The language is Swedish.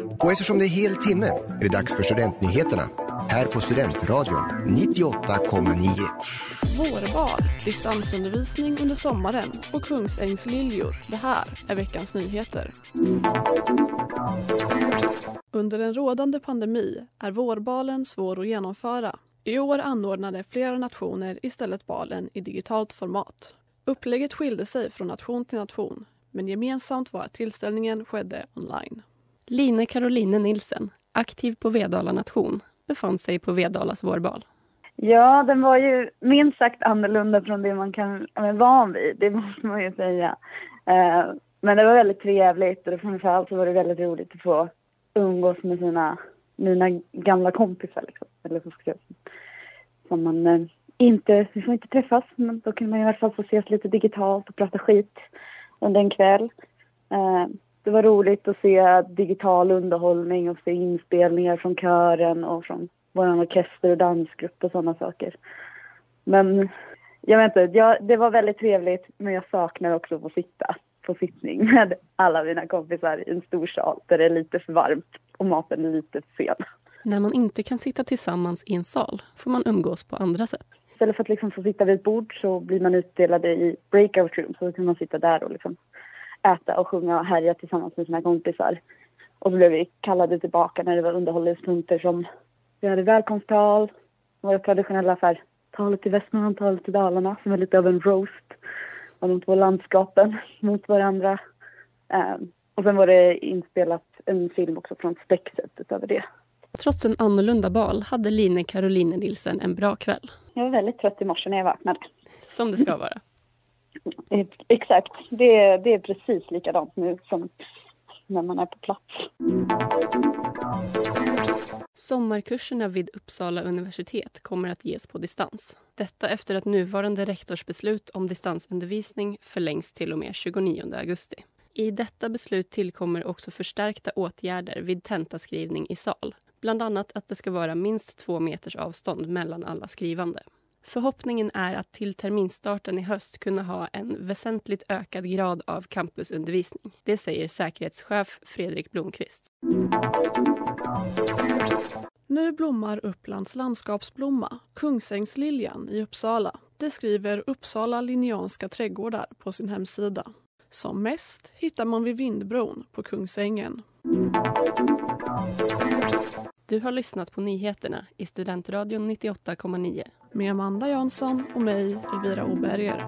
Och eftersom det är hel timme är det dags för Studentnyheterna här på Studentradion 98,9. Vårbal, distansundervisning under sommaren och Kungsängs-liljor. Det här är veckans nyheter. Under en rådande pandemi är vårbalen svår att genomföra. I år anordnade flera nationer istället balen i digitalt format. Upplägget skilde sig från nation till nation, men gemensamt var att tillställningen skedde online. Line Caroline Nilsen, aktiv på Vedala nation, befann sig på Vedalas vårbal. Ja, den var ju minst sagt annorlunda från det man kan vara van vid, det måste man ju säga. Men det var väldigt trevligt och framförallt så var det väldigt roligt att få umgås med mina gamla kompisar. Liksom. Eller så ska jag säga. Som man vi får inte träffas, men då kan man i alla fall få ses lite digitalt och prata skit under en kväll. Det var roligt att se digital underhållning och se inspelningar från kören och från vår orkester och dansgrupp och sådana saker. Men jag vet inte, det var väldigt trevligt, men jag saknar också att få sitta på sittning med alla mina kompisar i en stor sal där det är lite för varmt och maten är lite för sen. När man inte kan sitta tillsammans i en sal får man umgås på andra sätt. Istället för att liksom få sitta vid ett bord så blir man utdelade i breakout room, så kan man sitta där och liksom äta och sjunga och härja tillsammans med sina kompisar. Och så blev vi kallade tillbaka när det var underhållningspunkter som vi hade välkomsttal, våra traditionella affär, talet till Västmanland, talet till Dalarna, som är lite av en roast av de två landskapen mot varandra. Och sen var det inspelat en film också från Spexet utöver det. Trots en annorlunda bal hade Line Caroline Nilsen en bra kväll. Jag var väldigt trött i morse när jag vaknade. Som det ska vara. Exakt, det är precis likadant nu som när man är på plats. Sommarkurserna vid Uppsala universitet kommer att ges på distans. Detta efter att nuvarande rektorsbeslut om distansundervisning förlängs till och med 29 augusti. I detta beslut tillkommer också förstärkta åtgärder vid tentaskrivning i sal. Bland annat att det ska vara minst 2 meters avstånd mellan alla skrivande. Förhoppningen är att till terminstarten i höst kunna ha en väsentligt ökad grad av campusundervisning. Det säger säkerhetschef Fredrik Blomqvist. Nu blommar Upplands landskapsblomma, Kungsängs-liljan i Uppsala. Det skriver Uppsala Linneanska trädgårdar på sin hemsida. Som mest hittar man vid Vindbron på Kungsängen. Du har lyssnat på nyheterna i Studentradion 98,9. Med Amanda Jansson och mig, Elvira Oberger.